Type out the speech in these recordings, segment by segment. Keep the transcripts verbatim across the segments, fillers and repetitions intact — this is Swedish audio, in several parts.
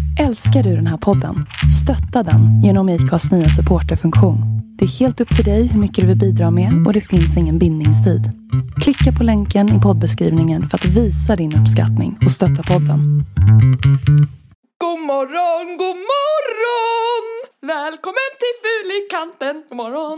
Älskar du den här podden? Stötta den genom I C A:s nya supporterfunktion. Det är helt upp till dig hur mycket du vill bidra med och det finns ingen bindningstid. Klicka på länken i poddbeskrivningen för att visa din uppskattning och stötta podden. God morgon, god morgon! Välkommen till Fulikanten. God morgon.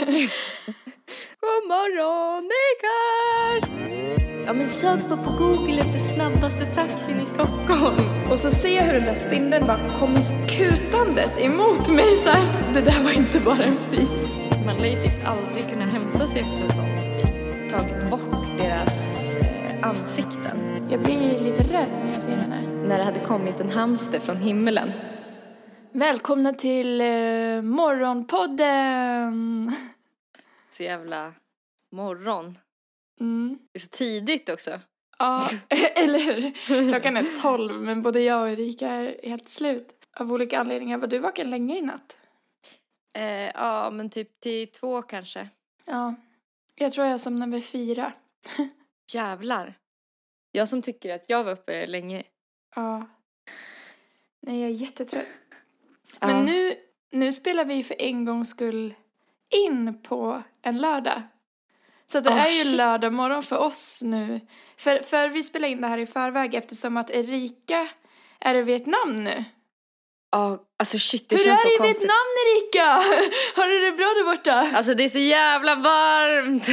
God morgon, Nikar! Ja, men sök på, på Google efter snabbaste taxin i Stockholm. Och så ser jag hur den där spindeln bara kommer kutandes emot mig så här. Det där var inte bara en fis. Man lär ju typ aldrig kunna hämta sig efter en sån. Vi tagit bort deras eh, ansikten. Jag blir lite rädd när jag ser henne. När det hade kommit en hamster från himmelen. Välkomna till eh, Morgonpodden. Så jävla morgon. Mm. Det är så tidigt också. Ja, eller hur? Klockan är tolv, men både jag och Erika är helt slut. Av olika anledningar. Var du vaken länge i natt? Eh, ja, men typ till två kanske. Ja, jag tror jag somnade vid fyra. Jävlar. Jag som tycker att jag var uppe länge. Ja. Nej, jag är jättetrött. Ja. Men nu, nu spelar vi för en gångs skull in på en lördag. Så det Oh, är ju shit. lördag morgon för oss nu. För, för vi spelar in det här i förväg eftersom att Erika är i Vietnam nu. Ja, alltså shit, det Hur känns är det så i konstigt. Vietnam, Erika? Har du det bra där borta? Alltså det är så jävla varmt.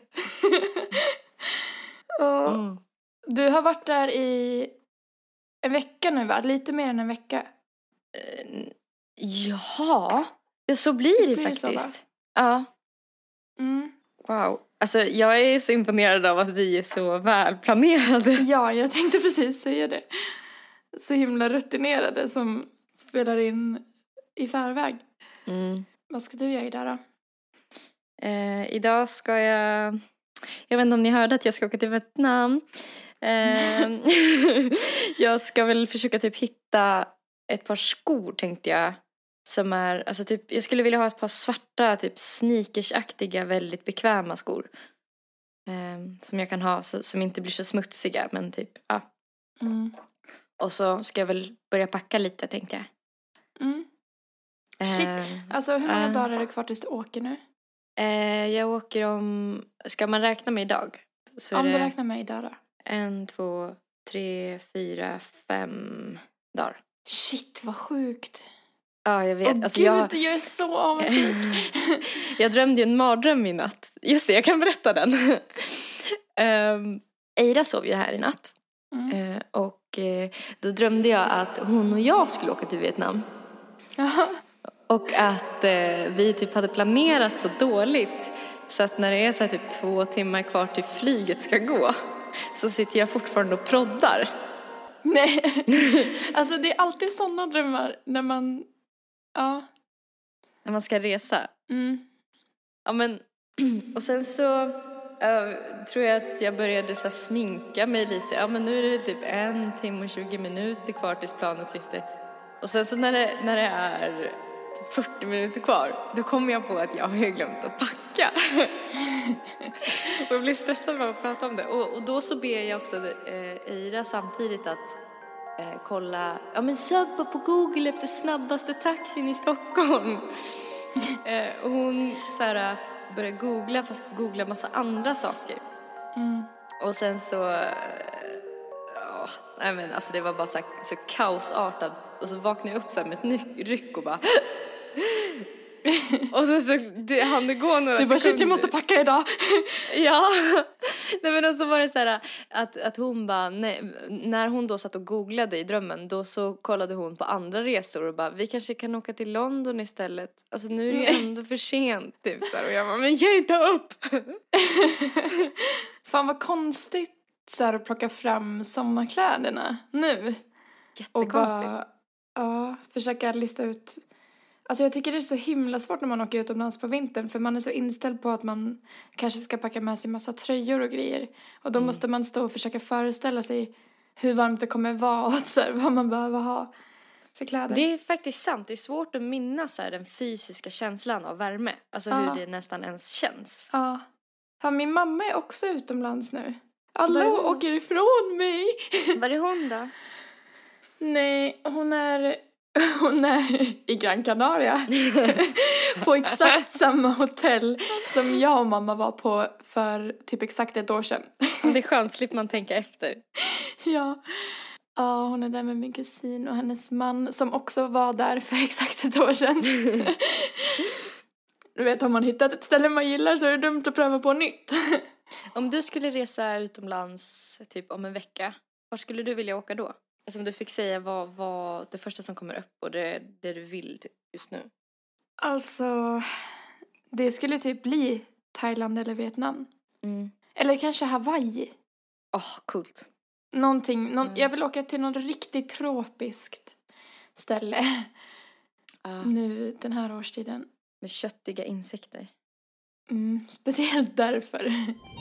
Och Mm. du har varit där i en vecka nu, va? Lite mer än en vecka. Uh, ja, ja, så blir det, blir det faktiskt. så, va? Ja, Mm. wow. Alltså jag är så imponerad av att vi är så välplanerade. Ja, jag tänkte precis säga det. Så himla rutinerade som spelar in i förväg. Mm. Vad ska du göra idag då? Uh, idag ska jag... Jag vet inte om ni hörde att jag ska åka till Vietnam. Uh, jag ska väl försöka typ hitta ett par skor, tänkte jag. Som är, alltså typ, jag skulle vilja ha ett par svarta, typ sneakersaktiga, väldigt bekväma skor. Um, som jag kan ha, så, som inte blir så smutsiga, men typ, ja. Mm. Och så ska jag väl börja packa lite, tänkte jag. Mm. Shit. Uh, Alltså hur många uh, dagar är det kvar tills du åker nu? uh, jag åker om, ska man räkna med idag? Så Om är du det räknar med idag då. en, två, tre, fyra, fem dagar. Shit, vad sjukt. Ja, jag vet. Åh Alltså, gud, jag... jag är så avundsjuk. jag drömde ju en mardröm i natt. Just det, jag kan berätta den. um, Eira sov ju här i natt. Mm. Uh, och uh, då drömde jag att hon och jag skulle åka till Vietnam. Och att uh, vi typ hade planerat så dåligt. Så att när det är så här typ två timmar kvar till flyget ska gå, så sitter jag fortfarande och proddar. Nej, alltså det är alltid sådana drömmar när man, ja. När man ska resa. Mm. Ja, men, och sen så uh, tror jag att jag började så här sminka mig lite. Ja, men nu är det typ en timme och tjugo minuter kvar tills planet lyfter. Och sen så när det, när det är typ fyrtio minuter kvar, då kommer jag på att jag har glömt att packa. Och jag blir stressad av att prata om det. Och, och då så ber jag också eh, Eira samtidigt att eh, kolla, ja men sök på, på Google efter snabbaste taxin i Stockholm. eh, och hon så här börjar googla, fast googla massa andra saker. Mm. Och sen så eh, ja, nej men alltså det var bara så, här, så kaosartat. Och så vaknade jag upp så här med ett ny- ryck och bara och så, så det, han det går några Du bara, sekunder. shit, jag måste packa idag. Ja, nej men så var det så här att, att hon bara, nej, när hon då satt och googlade i drömmen, då så kollade hon på andra resor och bara, vi kanske kan åka till London istället. Alltså nu är det ju ändå för sent typ så här. Och jag bara, men ge inte upp. Fan vad konstigt så här att plocka fram sommarkläderna nu. Jättekonstigt. Och bara, ja, försöka lista ut. Alltså jag tycker det är så himla svårt när man åker utomlands på vintern. För man är så inställd på att man kanske ska packa med sig massa tröjor och grejer. Och då Mm. måste man stå och försöka föreställa sig hur varmt det kommer vara. Och så här, vad man behöver ha för kläder. Det är faktiskt sant. Det är svårt att minnas så här, den fysiska känslan av värme. Alltså Ja. hur det nästan ens känns. Ja. Fan, min mamma är också utomlands nu. Alla Var är hon? åker ifrån mig. Var är hon då? Nej, hon är, hon är i Gran Canaria. På exakt samma hotell som jag och mamma var på för typ exakt ett år sedan. Det är skönt, slipper man tänka efter. Ja. Ja, hon är där med min kusin och hennes man som också var där för exakt ett år sedan. Du vet, om man hittat ett ställe man gillar så är det dumt att pröva på nytt. Om du skulle resa utomlands typ om en vecka, var skulle du vilja åka då? Alltså om du fick säga vad, vad det första som kommer upp och det, det du vill typ, just nu. Alltså, det skulle typ bli Thailand eller Vietnam. Mm. Eller kanske Hawaii. Åh, oh, coolt. Någonting, någon, Mm. jag vill åka till något riktigt tropiskt ställe. Uh, Nu den här årstiden. med köttiga insekter. Mm, speciellt därför.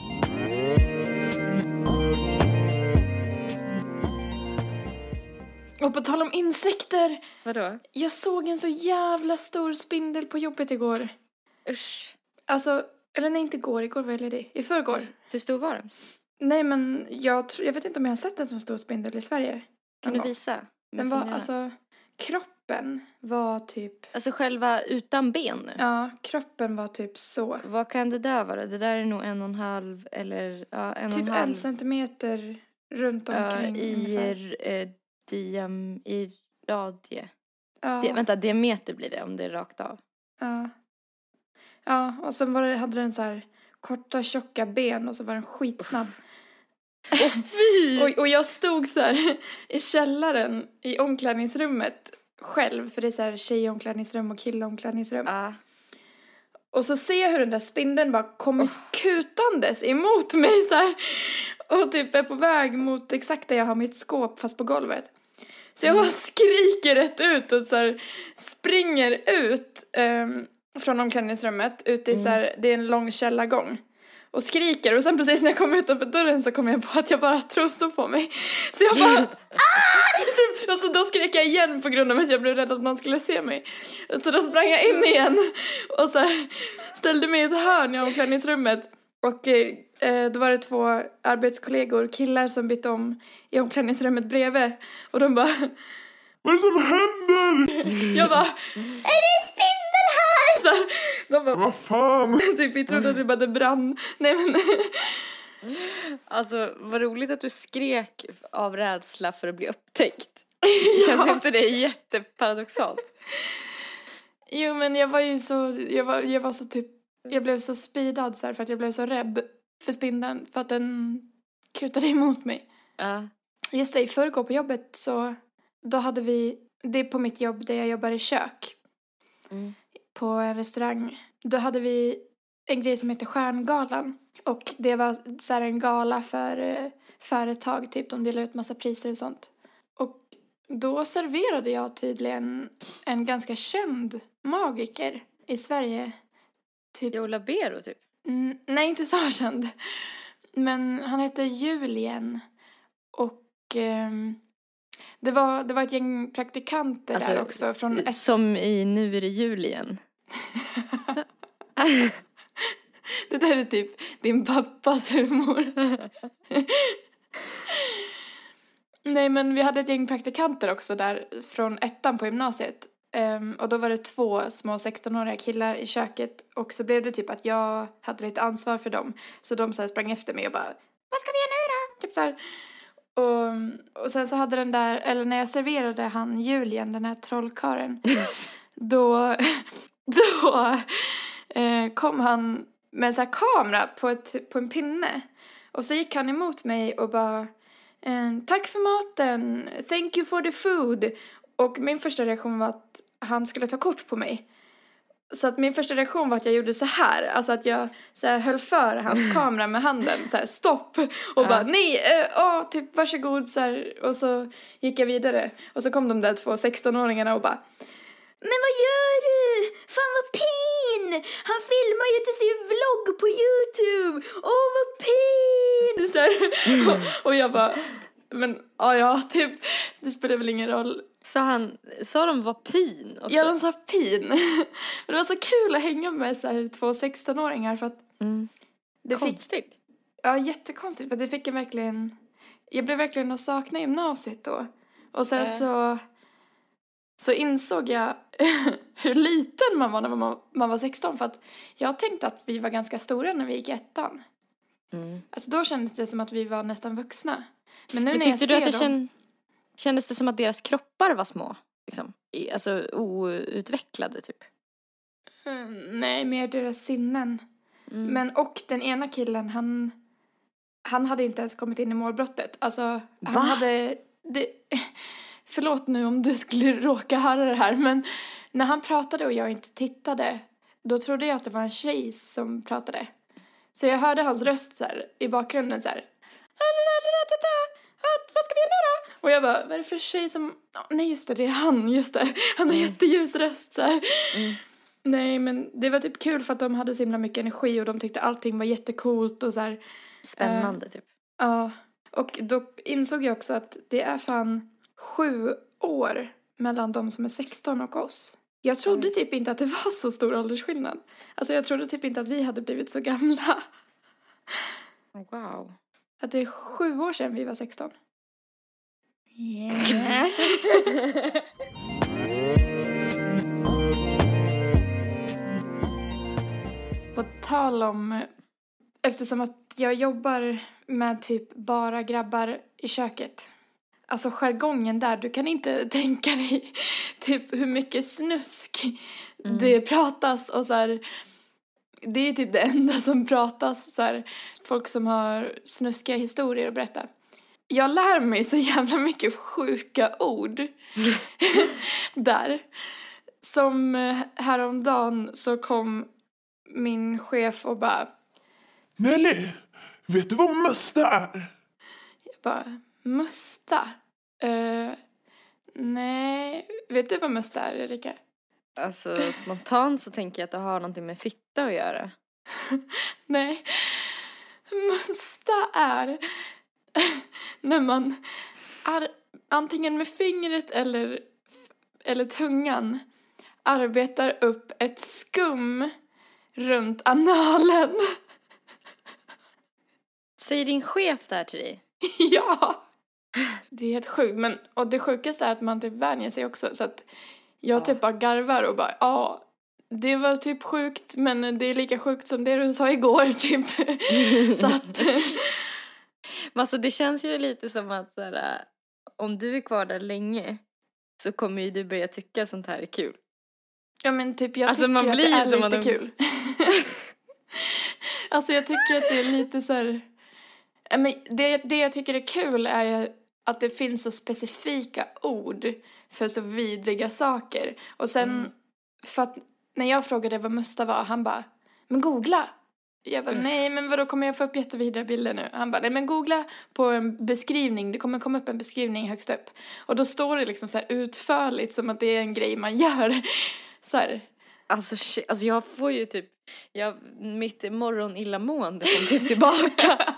Och på tal om insekter. Vadå? Jag såg en så jävla stor spindel på jobbet igår. Usch. Alltså, eller nej, inte igår. Igår var jag ledig. I förrgår. Hur stor var den? Nej, men jag, tr- jag vet inte om jag har sett en så stor spindel i Sverige. Kan någon du gång. visa? Med Den var, fingrarna? alltså, kroppen var typ... Alltså själva utan ben nu? Ja, kroppen var typ så. Vad kan det där vara? Det där är nog en och en halv eller ja, en och Typ en halv. en centimeter runt Ja, omkring i, ungefär. eh, diam, i radie. Ja, Di, vänta, diameter blir det om det är rakt av. ja. Ja, och sen var det, hade den så här korta, tjocka ben och så var den skitsnabb. Åh fy! Och, och jag stod så här i källaren i omklädningsrummet själv. För det är så här tjejomklädningsrum och killomklädningsrum. Ja. Och så ser jag hur den där spindeln bara kommer oh. kutandes emot mig så här. Och typ är på väg mot exakt där jag har mitt skåp fast på golvet. Så jag bara skriker rätt ut och så här springer ut um, från omklädningsrummet. Ute i så här, det är en lång källargång. Och skriker. Och sen precis när jag kom utanför dörren så kom jag på att jag bara har trosor på mig. Så jag bara... ah! Och så då skrek jag igen på grund av att jag blev rädd att man skulle se mig. Så då sprang jag in igen. Och så här, ställde mig i ett hörn i omklädningsrummet. Och eh, då var det två arbetskollegor, killar som bytte om i omklädningsrummet bredvid. Och de bara... Vad är det som händer? Jag bara... Är det spindel här? Så här, de bara... Vad fan? Typ, vi trodde att det bara brann. Nej men... Alltså, vad roligt att du skrek av rädsla för att bli upptäckt. Ja. Känns inte det jätteparadoxalt? Jo, men jag var ju så... Jag var, jag var så typ... Jag blev så speedad så här för att jag blev så rädd för spindeln. För att den kutade emot mig. Ja. Just det, i förrgår på jobbet så... Då hade vi... Det är på mitt jobb där jag jobbar i kök. Mm. På en restaurang. Då hade vi en grej som heter Stjärngalan. Och det var så här en gala för eh, företag. Typ de delar ut massa priser och sånt. Och då serverade jag tydligen en ganska känd magiker i Sverige. Typ. Joe Labero typ? Mm, nej, inte så känd. Men han heter Julien. Och ehm, det, var, det var ett gäng praktikanter alltså, där också. Från ett... Som i Nu är det jul igen. Det där är typ din pappas humor. Nej, men vi hade ett gäng praktikanter också där från ettan på gymnasiet. Um, och då var det två små sextonåriga killar i köket. Och så blev det typ att jag hade lite ansvar för dem. Så de så här sprang efter mig och bara, vad ska vi göra nu då? Typ så här. Och, och sen så hade den där, eller när jag serverade han Julien, den här trollkaren. då då eh, kom han med en sån här kamera på, ett, på en pinne. Och så gick han emot mig och bara, tack för maten, thank you for the food. Och min första reaktion var att han skulle ta kort på mig. Så att min första reaktion var att jag gjorde så här. Alltså att jag så här höll för hans kamera med handen. Så här, stopp. Och ja. bara, nej, åh, uh, typ varsågod. Så här. Och så gick jag vidare. Och så kom de där två sextonåringarna och bara, men vad gör du? Fan vad pin! Han filmar ju till sin vlogg på YouTube. Åh, vad pin! Så här. och, och jag bara, men ja, ja, typ, det spelar väl ingen roll. Sa han, sa de var pin också? Ja, de sa pin. Men det var så kul att hänga med så här två sextonåringar för att mm. det konstigt. Fick, ja, jättekonstigt för det fick jag verkligen, jag blev verkligen att sakna gymnasiet då. Och sen Äh. så, så insåg jag hur liten man var när man, man var sexton. För att jag tänkte att vi var ganska stora när vi gick i ettan. Mm. Alltså då kändes det som att vi var nästan vuxna. Men nu Men när jag tyckte ser du att det dem... känd, kändes det som att deras kroppar var små? Liksom? I, alltså outvecklade typ? Mm, nej, mer deras sinnen. Mm. Men och den ena killen, han, han hade inte ens kommit in i målbrottet. Alltså, han Va? hade... Det, förlåt nu om du skulle råka höra det här, men när han pratade och jag inte tittade, då trodde jag att det var en tjej som pratade. Så jag hörde hans röst så här, i bakgrunden så här. Vad ska vi göra nu då? Och jag bara, vad är det för tjej som... Oh, nej, just det, det är han, just det. Han har Mm. jätteljus röst så här. Mm. Nej, men det var typ kul för att de hade så himla mycket energi och de tyckte allting var jättecoolt och så här. Spännande uh, typ. Ja, och då insåg jag också att det är fan sju år mellan de som är sexton och oss. Jag trodde mm. typ inte att det var så stor åldersskillnad. Alltså jag trodde typ inte att vi hade blivit så gamla. Wow. Att det är sju år sedan vi var sexton. Yeah. På tal om, eftersom att jag jobbar med typ bara grabbar i köket. Alltså jargongen där, du kan inte tänka dig typ hur mycket snusk mm. det pratas och så här. Det är typ det enda som pratas så här. Folk som har snuskiga historier att berätta. Jag lär mig så jävla mycket sjuka ord där. Som häromdagen så kom min chef och bara... Nelly, vet du vad musta är? Jag bara, musta? Uh, nej, vet du vad musta är, Erika? Alltså spontant så tänker jag att det har någonting med fitta att göra. Nej, musta är när man ar- antingen med fingret eller, eller tungan arbetar upp ett skum runt analen. Säger din chef där till dig? Ja. Det är helt sjukt. Men, och det sjukaste är att man typ vänjer sig också. Så att jag ja. typ bara garvar och bara, ja, det var typ sjukt. Men det är lika sjukt som det du sa igår typ. Så att... Men alltså det känns ju lite som att så här, om du är kvar där länge så kommer ju du börja tycka sånt här är kul. Ja men typ jag alltså, tycker man att blir det är lite man... kul. Alltså jag tycker att det är lite så här... Men det, det jag tycker är kul är att det finns så specifika ord för så vidriga saker. Och sen, mm. för att när jag frågade vad musta var, han bara, men googla. Jag bara, mm. nej men vadå, kommer jag få upp jättevidriga bilder nu? Han bara, nej men googla på en beskrivning, det kommer komma upp en beskrivning högst upp. Och då står det liksom så här utförligt som att det är en grej man gör. Så här. Alltså, shit, alltså jag får ju typ, jag, mitt morgon illamående kom typ tillbaka.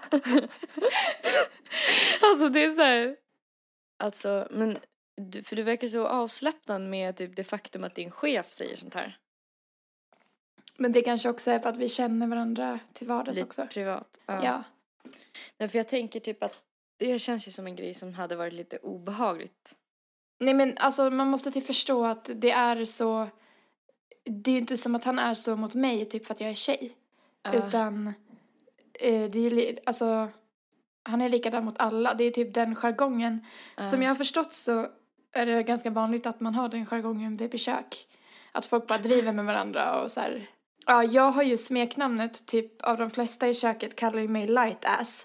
Alltså det är så här. Alltså, men, du, för du verkar så avslappnad med typ det faktum att din chef säger sånt här. Men det kanske också är för att vi känner varandra till vardags lite också. Privat. Ja. Ja. Nej, för jag tänker typ att det känns ju som en grej som hade varit lite obehagligt. Nej men alltså man måste typ förstå att det är så... Det är ju inte som att han är så mot mig typ för att jag är tjej. Uh. Utan eh, det är ju, alltså han är likadan mot alla. Det är typ den jargongen. Uh. Som jag har förstått så är det ganska vanligt att man har den jargongen typ i kök. Att folk bara driver med varandra och så här. Ja, jag har ju smeknamnet typ av de flesta i köket kallar ju mig light ass.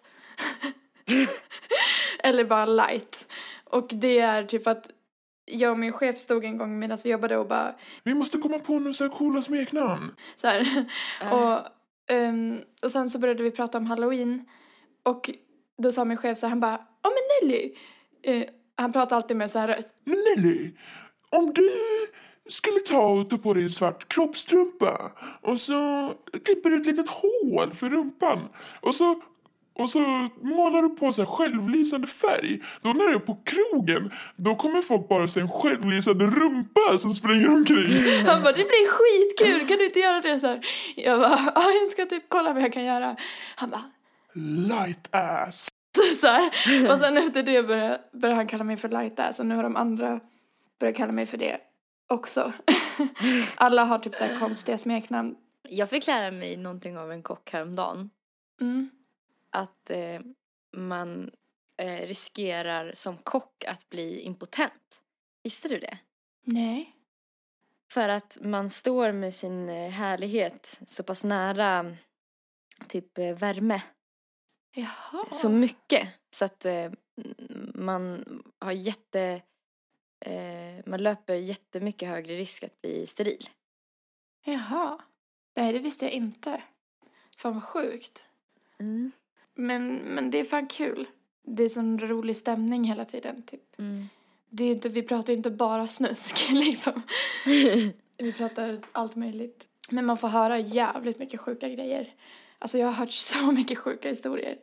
Eller bara light. Och det är typ att jag och min chef stod en gång medan vi jobbade och bara... Vi måste komma på några så här coola smeknamn. Så här. Uh. Och, um, och sen så började vi prata om Halloween. Och då sa min chef så här, han bara, ja men Nelly. Uh, han pratar alltid med så här röst. Men Nelly, om du skulle ta och ta på dig en svart kroppstrumpa och så klipper du ett litet hål för rumpan och så... Och så målar du på så här självlysande färg. Då när du är på krogen, då kommer folk bara se en självlysande rumpa som springer omkring. Han bara, det blir skitkul, kan du inte göra det så här? Jag bara, ja jag ska typ kolla vad jag kan göra. Han bara, light ass. så här. Och sen efter det började, började han kalla mig för Laita. Så nu har de andra börjat kalla mig för det också. Alla har typ så här konstiga smeknamn. Jag fick lära mig någonting av en kock häromdagen. Mm. Att eh, man eh, riskerar som kock att bli impotent. Visste du det? Nej. För att man står med sin eh, härlighet så pass nära typ eh, värme. Jaha. Så mycket. Så att eh, man har jätte... Eh, man löper jättemycket högre risk att bli steril. Jaha. Nej, det visste jag inte. Fan vad sjukt. Mm. Men, men det är fan kul. Det är sån rolig stämning hela tiden. Typ. Mm. Det är inte, vi pratar ju inte bara snusk liksom. Vi pratar allt möjligt. Men man får höra jävligt mycket sjuka grejer. Alltså jag har hört så mycket sjuka historier.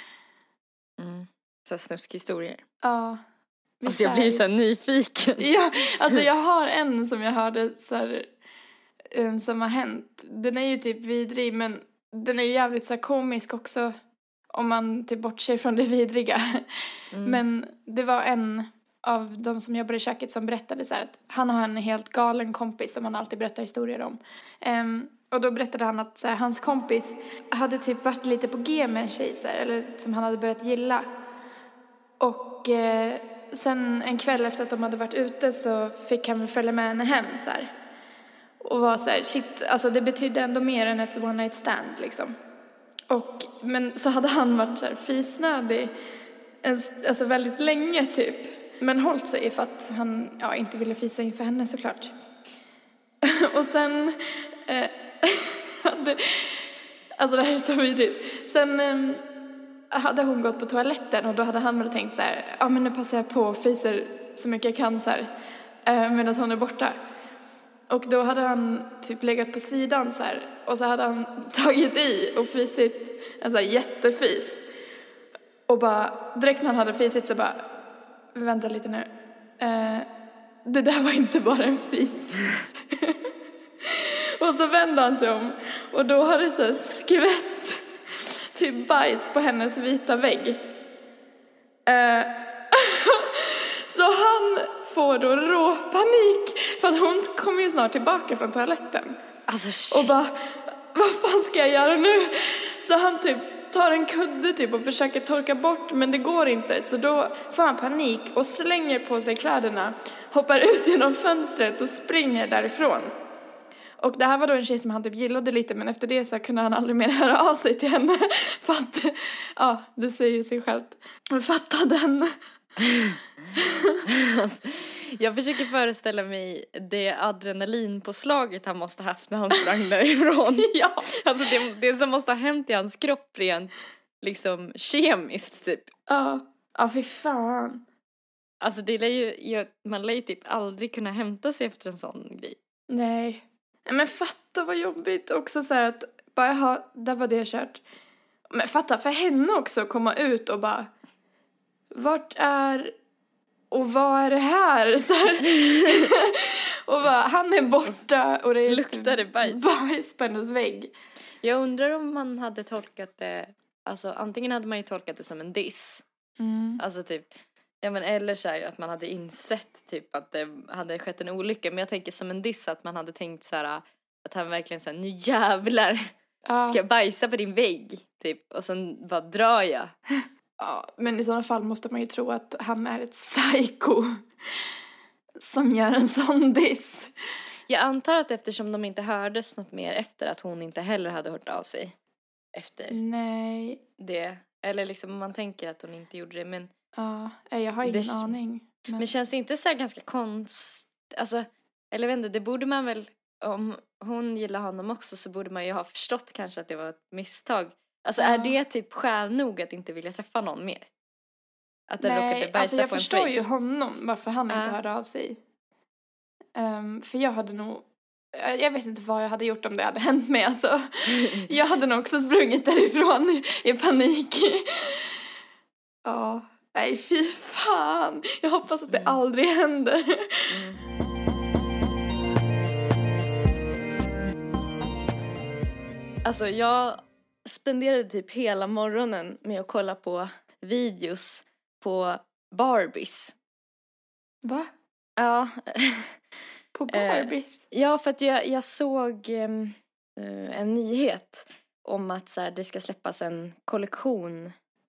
Mm. Så snuskhistorier. Ja. Alltså jag blir så här nyfiken. Ja, alltså jag har en som jag hörde så här, um, som har hänt. Den är ju typ vidrig, men den är ju jävligt så här komisk också. Om man typ bortser från det vidriga. Mm. Men det var en av de som jobbar i köket som berättade så här att han har en helt galen kompis som han alltid berättar historier om. Um, och då berättade han att så här, hans kompis hade typ varit lite på G med en tjej så här, eller som han hade börjat gilla. Och eh, sen en kväll efter att de hade varit ute så fick han följa med henne hem så här. Och var så här, shit, alltså det betydde ändå mer än ett one night stand liksom. Och, men så hade han varit så här fisnödig en, alltså väldigt länge typ. Men hållit sig för att han ja, inte ville fisa inför henne såklart. Och sen eh, hade, alltså det här är så vidrigt. Sen eh, hade hon gått på toaletten och då hade han väl tänkt så här, ja men nu passar jag på och fiser så mycket jag kan så här, eh, medan hon är borta. Och då hade han typ legat på sidan så här, och så hade han tagit i och fisit en så här jättefis. Och bara, direkt när han hade fisit så bara, vänta lite nu. Eh, det där var inte bara en fis. Och så vände han sig om. Och då har det så här skvätt typ bajs på hennes vita vägg. Eh, så han får då råpanik. För att hon kommer ju snart tillbaka från toaletten. Alltså shit. Och bara, vad fan ska jag göra nu? Så han typ tar en kudde typ och försöker torka bort, men det går inte. Så då får han panik och slänger på sig kläderna, hoppar ut genom fönstret och springer därifrån. Och det här var då en tjej som han typ gillade lite, men efter det så kunde han aldrig mer höra av sig till henne. För att, ja, det säger sig självt. Men fatta den. Alltså, jag försöker föreställa mig det adrenalinpåslaget han måste haft när han sprang därifrån. Ja. Alltså det, det som måste ha hänt i hans kropp rent liksom kemiskt typ. Ja, ja fy fan. Alltså det lär ju, man lär ju typ aldrig kunna hämta sig efter en sån grej. Nej. Men fatta vad jobbigt också så här att bara jaha, där var det kört. Men fatta för henne också att komma ut och bara, vart är och vad är det här? Så här. Och bara, han är borta och det är luktar det bajs. bajs på hennes vägg. Jag undrar om man hade tolkat det, alltså antingen hade man ju tolkat det som en diss. Mm. Alltså typ, ja men eller så här att man hade insett typ att det hade skett en olycka. Men jag tänker som en diss att man hade tänkt så här att han verkligen så här, nu jävlar Ja. ska jag bajsa på din vägg typ. Och sen bara drar jag. Ja, men i sådana fall måste man ju tro att han är ett psycho som gör en sån diss. Jag antar att eftersom de inte hördes något mer efter att hon inte heller hade hört av sig efter Nej. det. Eller liksom man tänker att hon inte gjorde det. Men, Ja, jag har ingen det, aning. Men... men känns det inte så här ganska konst... Alltså, eller jag vet inte, det borde man väl... Om hon gillar honom också så borde man ju ha förstått kanske att det var ett misstag. Alltså ja. Är det typ skäl nog att inte vilja träffa någon mer? Att det råkade bajsa alltså jag på en förstår vägg? ju honom varför han Ja. inte hörde av sig. Um, för jag hade nog, jag vet inte vad jag hade gjort om det hade hänt mig. Alltså. Jag hade nog också sprungit därifrån i, i panik. Ja, nej fy fan. Jag hoppas att det Mm. aldrig händer. Mm. Alltså jag spenderade typ hela morgonen med att kolla på videos på Barbies. Va? Ja. På Barbies? Eh, ja, för att jag, jag såg eh, en nyhet om att så här, det ska släppas en kollektion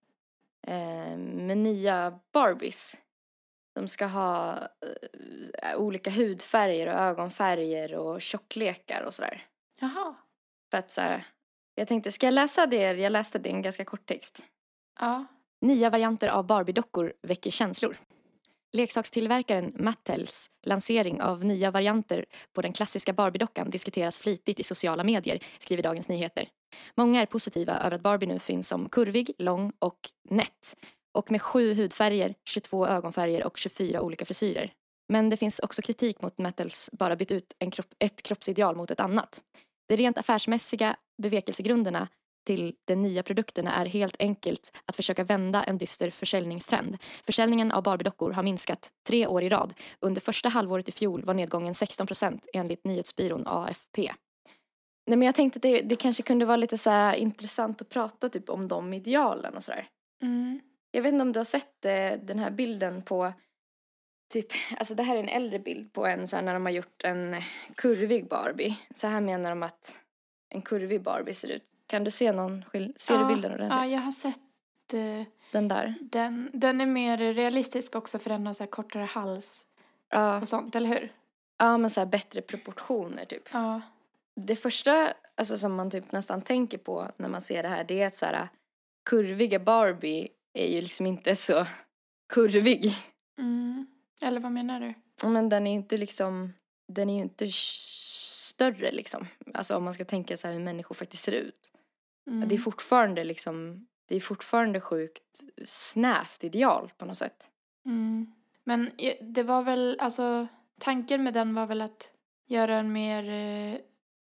eh, med nya Barbies. De ska ha eh, olika hudfärger och ögonfärger och tjocklekar och sådär. Jaha. För att så här, jag tänkte, ska jag läsa det? Jag läste det i en ganska kort text. Ja. Nya varianter av Barbie-dockor väcker känslor. Leksakstillverkaren Mattels lansering av nya varianter på den klassiska Barbie-dockan diskuteras flitigt i sociala medier, skriver Dagens Nyheter. Många är positiva över att Barbie nu finns som kurvig, lång och nätt. Och med sju hudfärger, tjugotvå ögonfärger och tjugofyra olika frisyrer. Men det finns också kritik mot Mattels bara bytt ut en kropp, ett kroppsideal mot ett annat. De rent affärsmässiga bevekelsegrunderna till de nya produkterna är helt enkelt att försöka vända en dyster försäljningstrend. Försäljningen av Barbie-dockor har minskat tre år i rad. Under första halvåret i fjol var nedgången sexton procent enligt nyhetsbyrån A F P. Nej, men jag tänkte att det, det kanske kunde vara lite så här intressant att prata typ om de idealen och sådär. Mm. Jag vet inte om du har sett eh, den här bilden på typ, alltså det här är en äldre bild på en så här när de har gjort en kurvig Barbie. Så här menar de att en kurvig Barbie ser ut. Kan du se någon skill- Ser ja, du bilden ordentligt? Ja, jag har sett eh, den där. Den, den är mer realistisk också för den har så här kortare hals Ja. och sånt, eller hur? Ja, men så här bättre proportioner typ. Ja. Det första alltså, som man typ nästan tänker på när man ser det här, det är att så här, kurviga Barbie är ju liksom inte så kurvig. Mm. Eller vad menar du? Men den är ju inte liksom, den är ju inte större liksom. Alltså om man ska tänka så här hur människor faktiskt ser ut. Mm. Det är fortfarande liksom, det är fortfarande sjukt snävt ideal på något sätt. Mm. Men det var väl, alltså tanken med den var väl att göra en mer eh,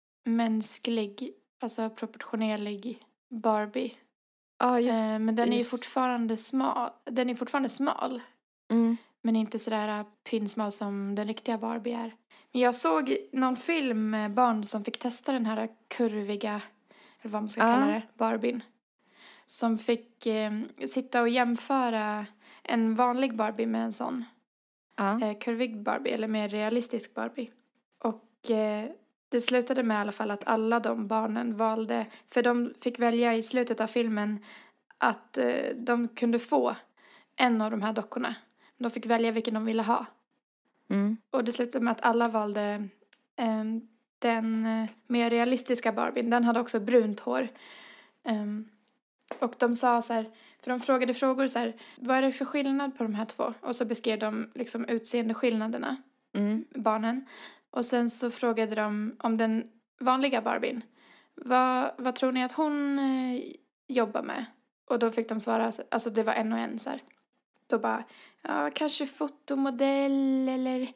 mänsklig, alltså proportionerlig Barbie. Ja, just, eh, Men den just. är ju fortfarande smal. Den är fortfarande smal. Mm. Men inte sådär pinsmal som den riktiga Barbie är. Men jag såg någon film med barn som fick testa den här kurviga, eller vad man ska Ja. kalla det, Barbien. Som fick eh, sitta och jämföra en vanlig Barbie med en sån Ja. eh, kurvig Barbie, eller mer realistisk Barbie. Och eh, det slutade med i alla fall att alla de barnen valde, för de fick välja i slutet av filmen att eh, de kunde få en av de här dockorna. De fick välja vilken de ville ha. Mm. Och det slutade med att alla valde eh, den eh, mer realistiska Barbien. Den hade också brunt hår. Um, och de sa så här, för de frågade frågor så här, vad är det för skillnad på de här två? Och så beskrev de liksom utseendeskillnaderna, Mm. barnen. Och sen så frågade de om den vanliga Barbien. Vad, vad tror ni att hon eh, jobbar med? Och då fick de svara, alltså det var en och en så här. Då bara, ja kanske fotomodell eller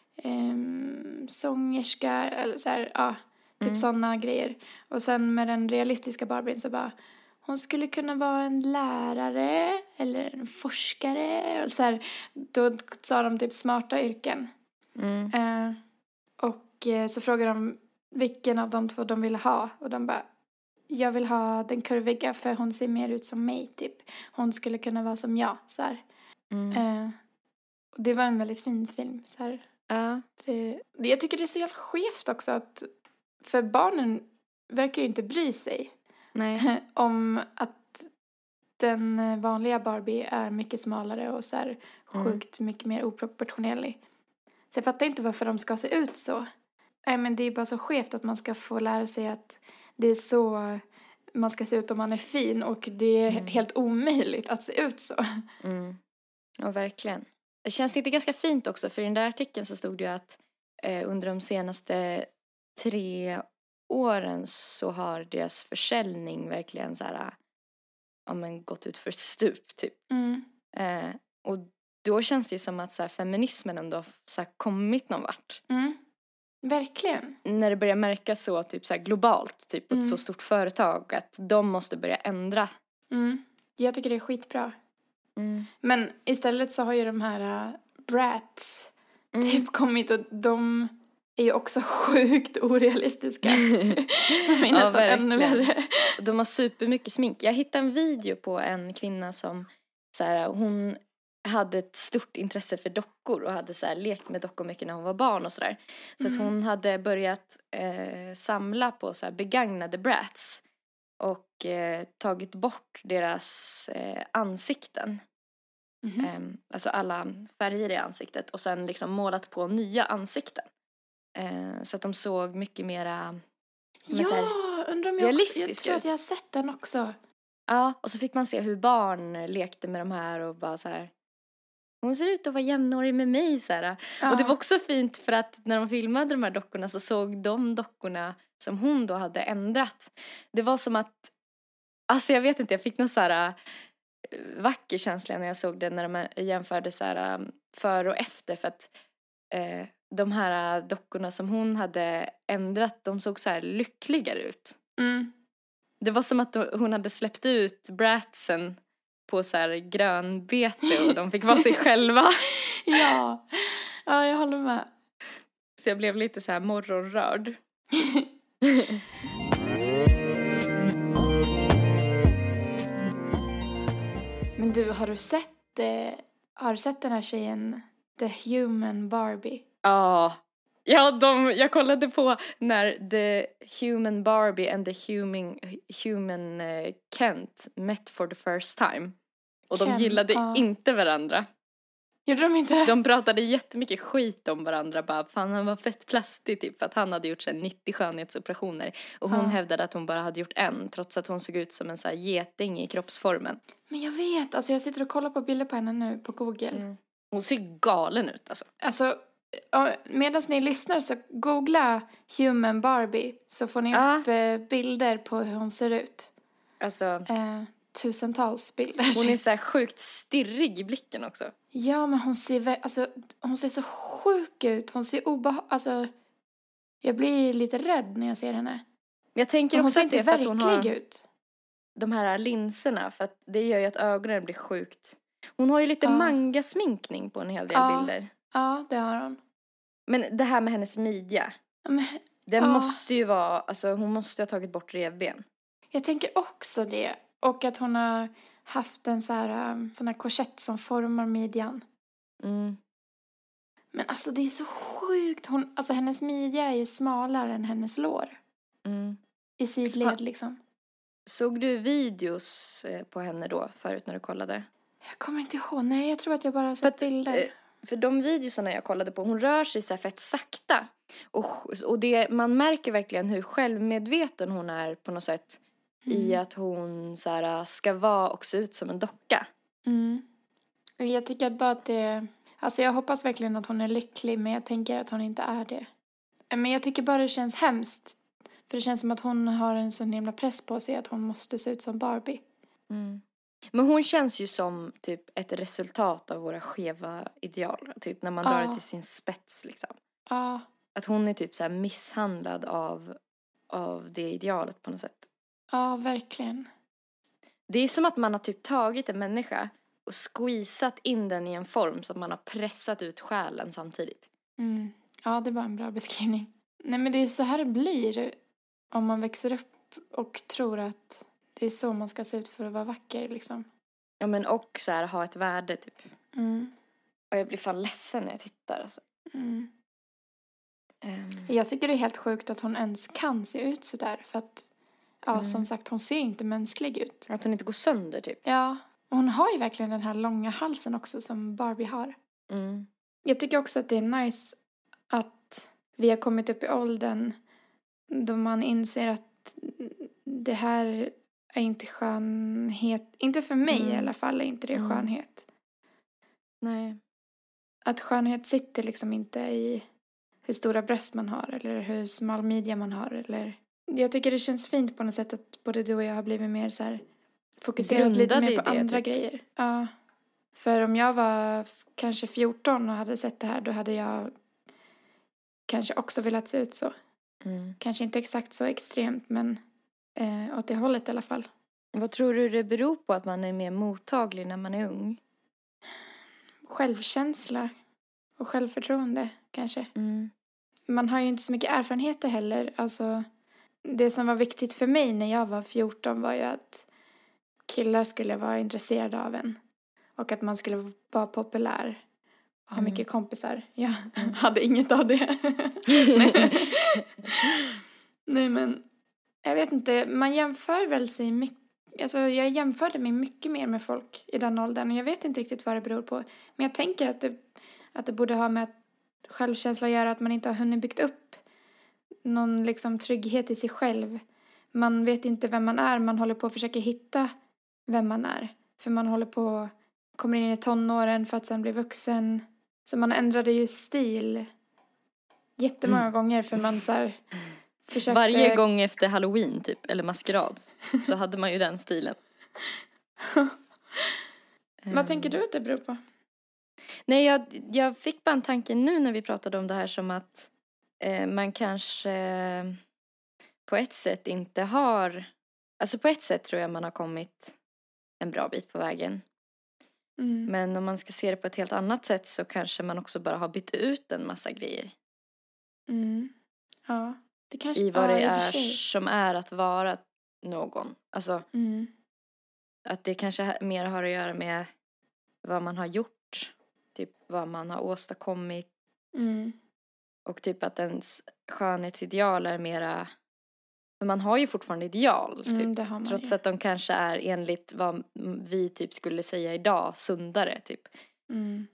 um, sångerska eller så här, ja, typ Mm. sådana grejer. Och sen med den realistiska Barbien så bara, hon skulle kunna vara en lärare eller en forskare. Och så här, då sa de typ smarta yrken. Mm. Uh, och uh, så frågade de vilken av de två de ville ha. Och de bara, jag vill ha den kurviga för hon ser mer ut som mig typ. Hon skulle kunna vara som jag, så här. Mm. Uh, och det var en väldigt fin film, så här. Ja. Det, jag tycker det är så jävla skevt också att, för barnen verkar ju inte bry sig Nej. om att den vanliga Barbie är mycket smalare och så här sjukt mm. mycket mer oproportionerlig. Så jag fattar inte varför de ska se ut så. Nej, men det är bara så skevt att man ska få lära sig att det är så man ska se ut om man är fin och det är mm. helt omöjligt att se ut så. Mm. Ja, verkligen. Det känns inte ganska fint också, för i den där artikeln så stod det ju att eh, under de senaste tre åren så har deras försäljning verkligen så här, ja, men gått ut för stup typ. Mm. Eh, och då känns det som att så här, feminismen ändå har så här, kommit någon vart. Mm. Verkligen. När det börjar märkas så, typ så här, globalt, typ på mm. ett så stort företag, att de måste börja ändra. Mm. Jag tycker det är skitbra. Mm. Men istället så har ju de här uh, brats mm. typ kommit och de är ju också sjukt orealistiska. De är nästan ja, ännu värre. De har supermycket smink. Jag hittade en video på en kvinna som så här, hon hade ett stort intresse för dockor och hade så här lekt med dockor mycket när hon var barn och sådär. Så Mm. att hon hade börjat eh, samla på så här begagnade Bratz och eh, tagit bort deras eh, ansikten. Mhm. Eh, alltså alla färger i ansiktet och sen liksom målat på nya ansikten. Eh, så att de såg mycket mera men så här, Ja, undrar om jag också, jag realistisk tror ut. att jag har sett den också. ja, och så fick man se hur barn lekte med de här och bara så här. Hon ser ut att vara jämnårig med mig så här. Ja. Och det var också fint för att när de filmade de här dockorna så såg de dockorna som hon då hade ändrat. Det var som att, alltså jag vet inte, jag fick någon så här äh, vacker känsla när jag såg det när de jämförde så här äh, för och efter för att äh, de här dockorna som hon hade ändrat, de såg så här lyckligare ut. Mm. Det var som att hon hade släppt ut Bratsen på så här grönbete och de fick vara sig själva. Ja. Ja, jag håller med. Så jag blev lite så här morgonrörd. Men du, har du sett eh, har du sett den här tjejen The Human Barbie? Ja. Ja, de, jag kollade på när The Human Barbie and the Human, human uh, Kent met for the first time. Och de Ken, gillade ja. inte varandra. Gjorde de inte? De pratade jättemycket skit om varandra. Bara, fan han var fett plastig typ. För att han hade gjort så här, nittio skönhetsoperationer. Och hon Ja. hävdade att hon bara hade gjort en. Trots att hon såg ut som en så här geting i kroppsformen. Men jag vet, alltså jag sitter och kollar på bilder på henne nu på Google. Mm. Hon ser galen ut alltså. Alltså, medan ni lyssnar så googla Human Barbie så får ni Ja. upp eh, bilder på hur hon ser ut. Alltså, Eh, tusentals bilder. hon är så här sjukt stirrig i blicken också. Ja, men hon ser, vä- alltså, hon ser så sjuk ut. Hon ser obehaglig, alltså, jag blir lite rädd när jag ser henne. Jag tänker Men hon också ser att det inte är för att hon verklig har ut. de här linserna. För att det gör ju att ögonen blir sjukt. Hon har ju lite Ja. manga-sminkning på en hel del Ja. bilder. Ja, det har hon. Men det här med hennes midja. Ja, men, Den Ja. måste ju vara, alltså hon måste ha tagit bort revben. jag tänker också det. Och att hon har haft en så här, um, sån här korsett som formar midjan. Mm. Men alltså det är så sjukt. Hon, alltså hennes midja är ju smalare än hennes lår. Mm. I sidled Ha. liksom. Såg du videos eh, på henne då förut när du kollade? Jag kommer inte ihåg. Nej, jag tror att jag bara har För sett att, bilder. eh, För de videosarna jag kollade på, hon rör sig så här fett sakta. Och, och det, man märker verkligen hur självmedveten hon är på något sätt. I Mm. att hon så här, ska vara och se ut som en docka. Mm. Jag tycker att bara att det... Alltså jag hoppas verkligen att hon är lycklig, men jag tänker att hon inte är det. Men jag tycker bara det känns hemskt. För det känns som att hon har en sån himla press på sig att hon måste se ut som Barbie. Mm. Men hon känns ju som typ ett resultat av våra skeva ideal. Typ när man drar Ja. det till sin spets liksom. Ja. Att hon är typ så här misshandlad av, av det idealet på något sätt. Ja, verkligen. Det är som att man har typ tagit en människa och squeezat in den i en form så att man har pressat ut själen samtidigt. Mm. Ja, det var en bra beskrivning. Nej, men det är så här det blir om man växer upp och tror att det är så man ska se ut för att vara vacker liksom. Ja men och så här ha ett värde typ. Mm. Och jag blir fan ledsen när jag tittar alltså. Mm. Um, Jag tycker det är helt sjukt att hon ens kan se ut så där. För att, ja, Mm. som sagt, hon ser inte mänsklig ut. att hon inte går sönder typ. Ja, och hon har ju verkligen den här långa halsen också som Barbie har. Mm. Jag tycker också att det är nice att vi har kommit upp i åldern då man inser att det här är inte skönhet. Inte för mig Mm. i alla fall är inte det Mm. skönhet. Nej. Att skönhet sitter liksom inte i hur stora bröst man har eller hur smal midja man har. Eller... Jag tycker det känns fint på något sätt att både du och jag har blivit mer så här fokuserat lite Grundade mer i på det, andra typ. grejer. Ja. För om jag var f- kanske fjorton och hade sett det här, då hade jag kanske också velat se ut så. Mm. Kanske inte exakt så extremt, men eh, åt det hållet i alla fall. Vad tror du det beror på att man är mer mottaglig när man är ung? Självkänsla och självförtroende kanske. Mm. Man har ju inte så mycket erfarenheter heller. Alltså, det som var viktigt för mig när jag var fjorton var ju att killar skulle vara intresserade av en. Och att man skulle vara populär. Och ha Mm. mycket kompisar. Jag hade inget av det. Nej men, jag vet inte. Man jämför väl sig mycket. Alltså jag jämförde mig mycket mer med folk i den åldern. Och jag vet inte riktigt vad det beror på. Men jag tänker att det, att det borde ha med självkänsla att göra. Att man inte har hunnit byggt upp någon liksom trygghet i sig själv. Man vet inte vem man är. Man håller på att försöka hitta vem man är. För man håller på, kommer in i tonåren för att sen bli vuxen. Så man ändrade ju stil jättemånga mm. gånger för man så här försökte... Varje gång efter Halloween typ, eller maskerad, så hade man ju den stilen. Vad tänker du att det beror på? Nej, jag, jag fick bara en tanke nu när vi pratade om det här som att eh, man kanske eh, på ett sätt inte har... Alltså på ett sätt tror jag man har kommit en bra bit på vägen. Mm. Men om man ska se det på ett helt annat sätt så kanske man också bara har bytt ut en massa grejer. Mm. Ja, det kanske... I vad ja, det i är sig. som är att vara någon. Alltså, mm. att det kanske mer har att göra med vad man har gjort. Typ vad man har åstadkommit. Mm. Och typ att ens skönhetsideal är mera... Men man har ju fortfarande ideal. Typ, mm, det har man trots ju. att de kanske är enligt vad vi typ skulle säga idag sundare typ. Mm.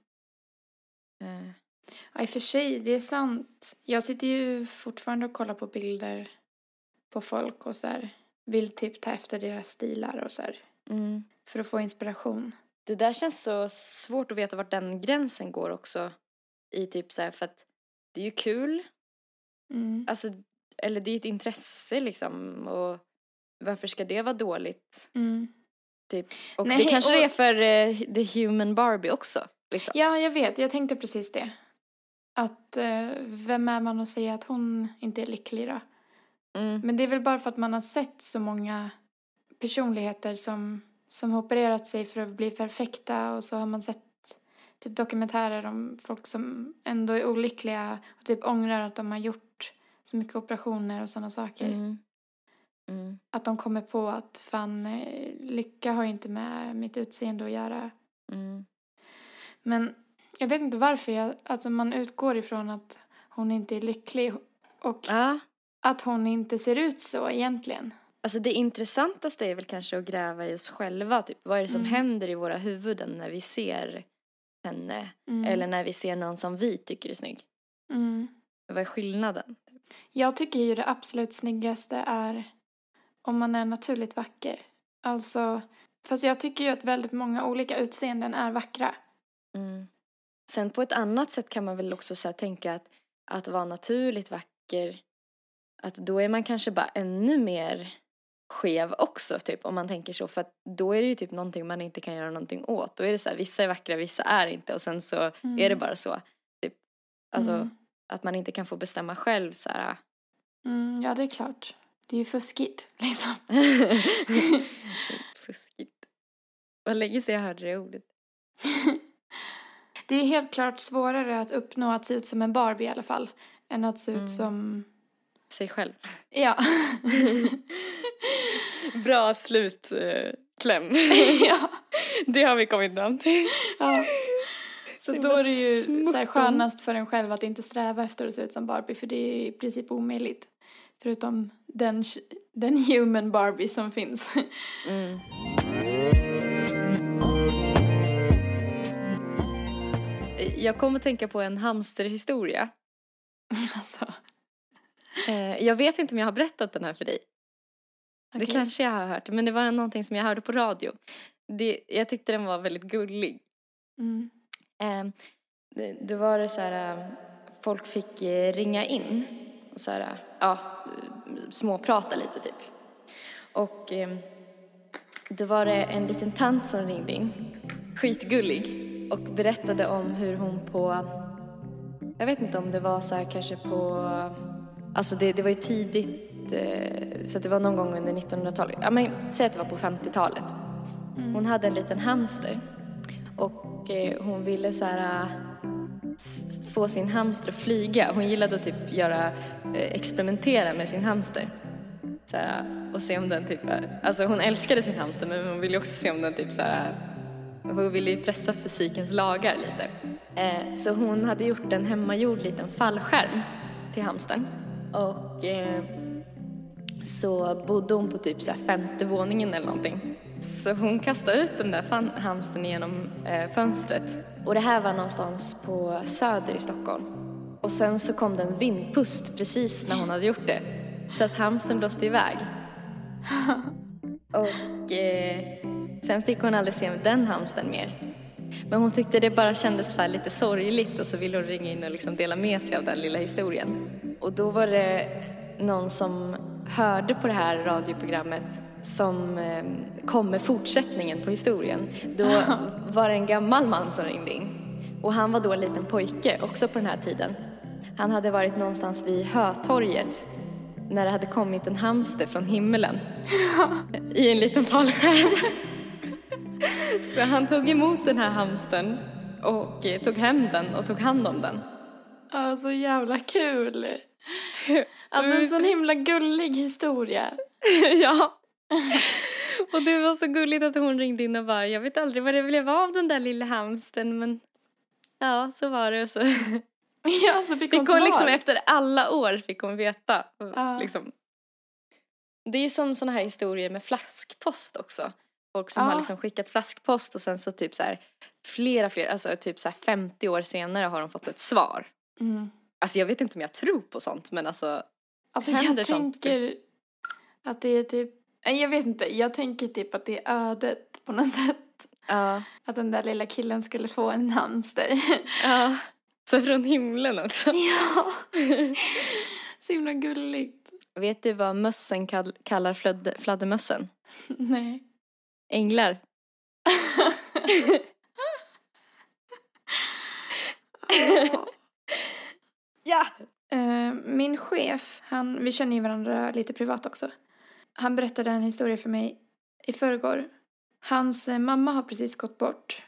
Uh. Ja, i och för sig, det är sant. Jag sitter ju fortfarande och kollar på bilder på folk och så här, vill typ ta efter deras stilar och så här, mm. för att få inspiration. Det där känns så svårt att veta vart den gränsen går också. I typ så här, för att det är ju kul. Mm. Alltså, eller det är ett intresse liksom. Och varför ska det vara dåligt? Mm. Typ. Och Nej, det kanske och... det är för uh, The Human Barbie också. Liksom. Ja, jag vet. Jag tänkte precis det. Att uh, vem är man att säga att hon inte är lycklig då? Mm. Men det är väl bara för att man har sett så många personligheter som, som har opererat sig för att bli perfekta. Och så har man sett typ dokumentärer om folk som ändå är olyckliga och typ ångrar att de har gjort så mycket operationer och sådana saker. Mm. Mm. Att de kommer på att fan, lycka har ju inte med mitt utseende att göra. Mm. Men jag vet inte varför jag, alltså man utgår ifrån att hon inte är lycklig och Ja. att hon inte ser ut så egentligen. Alltså det intressantaste är väl kanske att gräva i oss själva. Typ, vad är det som Mm. händer i våra huvuden när vi ser henne? Mm. Eller när vi ser någon som vi tycker är snygg. Mm. Vad är skillnaden? Jag tycker ju det absolut snyggaste är om man är naturligt vacker. Alltså, fast jag tycker ju att väldigt många olika utseenden är vackra. Mm. Sen på ett annat sätt kan man väl också så här tänka att, att vara naturligt vacker, att då är man kanske bara ännu mer skev också, typ, om man tänker så. För att då är det ju typ någonting man inte kan göra någonting åt. Då är det så här, vissa är vackra, vissa är inte. Och sen så Mm. är det bara så. Typ. Alltså, Mm. att man inte kan få bestämma själv så här. Mm, ja, det är klart. Det är ju fuskigt, liksom. Fuskigt. Vad länge sedan jag hörde det ordet. Det är ju helt klart svårare att uppnå att se ut som en Barbie i alla fall. Än att se ut Mm. som... Sig själv. Ja. Bra slutkläm. Ja. Det har vi kommit fram till. Ja. Så Det då var är det ju så här smuttan. skönast för en själv att inte sträva efter att se ut som Barbie. För det är i princip omöjligt. Förutom den, den human Barbie som finns. Mm. Jag kommer att tänka på en hamsterhistoria. Alltså. Eh, jag vet inte om jag har berättat den här för dig. Okay. Det kanske jag har hört. Men det var någonting som jag hörde på radio. Det, jag tyckte den var väldigt gullig. Mm. Eh, det, det var det så här... eh, Folk fick eh, ringa in. Och så här... eh, Ja, småprata lite typ. Och eh, då var det en liten tant som ringde in. Skitgullig. Och berättade om hur hon på... Jag vet inte om det var så här kanske på... Alltså det, det var ju tidigt... Eh, så att det var någon gång under nittonhundratalet. Ja, men säg att det var på femtiotalet. Mm. Hon hade en liten hamster. Och eh, hon ville så här... s- få sin hamster att flyga. Hon gillade att typ göra... Eh, experimentera med sin hamster. Så här, och se om den typ... Alltså hon älskade sin hamster, men hon ville också se om den typ så här... hon ville ju pressa fysikens lagar lite. Eh, så hon hade gjort en hemmagjord liten fallskärm till hamstern. Och eh, så bodde hon på typ så här femte våningen eller någonting. Så hon kastade ut den där fan- hamstern genom eh, fönstret. Och det här var någonstans på Söder i Stockholm. Och sen så kom det en vindpust precis när hon hade gjort det. Så att hamstern blåste iväg. Och eh, sen fick hon aldrig se den hamstern mer. Men hon tyckte det bara kändes så här lite sorgligt. Och så ville hon ringa in och liksom dela med sig av den lilla historien. Och då var det någon som hörde på det här radioprogrammet som eh, kom med fortsättningen på historien. Då var det en gammal man som ringde in. Och han var då en liten pojke också på den här tiden. Han hade varit någonstans vid Hötorget när det hade kommit en hamster från himmelen i en liten fallskärm. Så han tog emot den här hamstern och eh, tog hem den och tog hand om den. Ja, så jävla kul. Alltså en sån himla gullig historia. Ja. Och det var så gulligt att hon ringde in och bara, jag vet aldrig vad det blev av den där lilla hamstern, men ja, så var det. Och så Ja, så fick hon, fick hon liksom efter alla år fick hon veta. Ja. Liksom. Det är ju som såna här historier med flaskpost också. Folk som Ja. har liksom skickat flaskpost och sen så typ så här flera, flera, alltså typ så här femtio år senare har de fått ett svar. Mm. Alltså jag vet inte om jag tror på sånt, men alltså, Alltså händer jag sånt. tänker att det är typ, jag vet inte, jag tänker typ att det är ödet på något sätt. Ja. Att den där lilla killen skulle få en hamster. Ja. Så från himlen också. Ja. Så himla gulligt. Vet du vad mössen kall- kallar flöd- fladdermössen? Nej. Änglar. Ja. Uh, min chef, han, vi känner ju varandra lite privat också. Han berättade en historia för mig i förrgår. Hans eh, mamma har precis gått bort.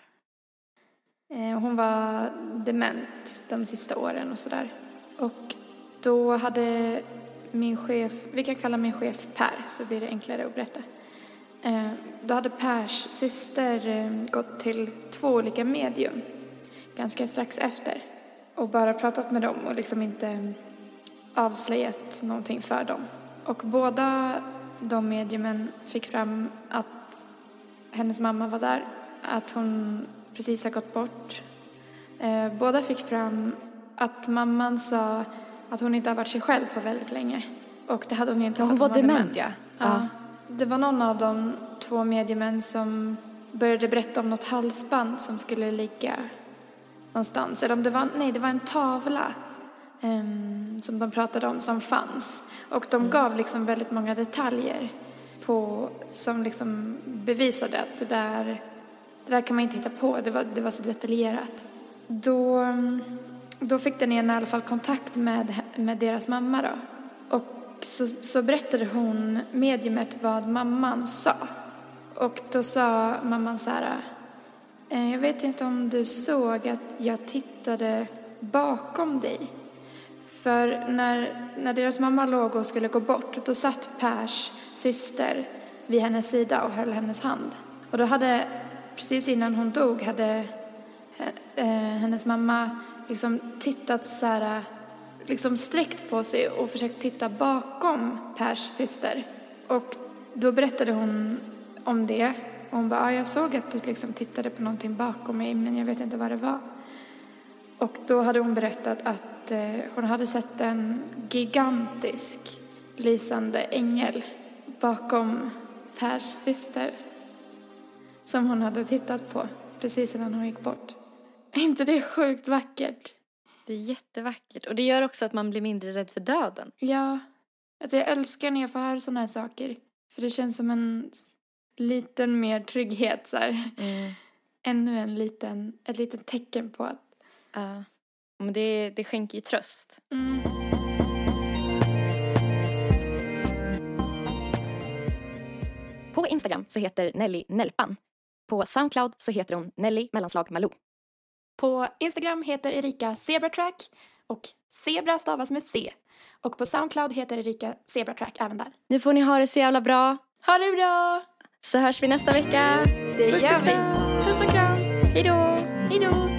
Eh, hon var dement de sista åren och sådär. Och då hade min chef, vi kan kalla min chef Per så blir det enklare att berätta. Eh, då hade Pers syster eh, gått till två olika medium ganska strax efter. Och bara pratat med dem och liksom inte avslöjat någonting för dem. Och båda de mediumen fick fram att hennes mamma var där. Att hon precis har gått bort. Eh, båda fick fram att mamman sa att hon inte har varit sig själv på väldigt länge. Och det hade hon inte. Ja, hon för att var dement, ja. Ja. Ja. Det var någon av de två mediumen som började berätta om något halsband som skulle ligga någonstans. Eller om det var, nej, det var en tavla um, som de pratade om som fanns. Och de gav liksom väldigt många detaljer på, som liksom bevisade att det där, det där kan man inte hitta på. Det var, det var så detaljerat. Då, då fick den ena i alla fall kontakt med, med deras mamma då. Och så, så berättade hon mediumet vad mamman sa. Och då sa mamman så här: jag vet inte om du såg att jag tittade bakom dig. För när, när deras mamma låg och skulle gå bort, då satt Pers syster vid hennes sida och höll hennes hand. Och då hade, precis innan hon dog, hade eh, hennes mamma liksom tittat så här, liksom sträckt på sig och försökt titta bakom Pers syster. Och då berättade hon om det. Och hon bara, ja, jag såg att du liksom tittade på någonting bakom mig, men jag vet inte vad det var. Och då hade hon berättat att eh, hon hade sett en gigantisk lysande ängel bakom Pers syster. Som hon hade tittat på precis innan hon gick bort. Är inte det sjukt vackert? Det är jättevackert. Och det gör också att man blir mindre rädd för döden. Ja, alltså jag älskar när jag får höra sådana här saker. För det känns som en liten mer trygghet så här. Mm. Ännu en liten, ett litet tecken på att... Uh, men det, det skänker ju tröst. Mm. På Instagram så heter Nelly Nelpan. På Soundcloud så heter hon Nelly mellanslag Malou. På Instagram heter Erika Zebratrack och Zebra stavas med C. Och på Soundcloud heter Erika Zebratrack även där. Nu får ni ha det så jävla bra. Ha det bra! Så hörs vi nästa vecka. Det Puss gör och vi. kram. Puss och kram! Hej då! Hej då!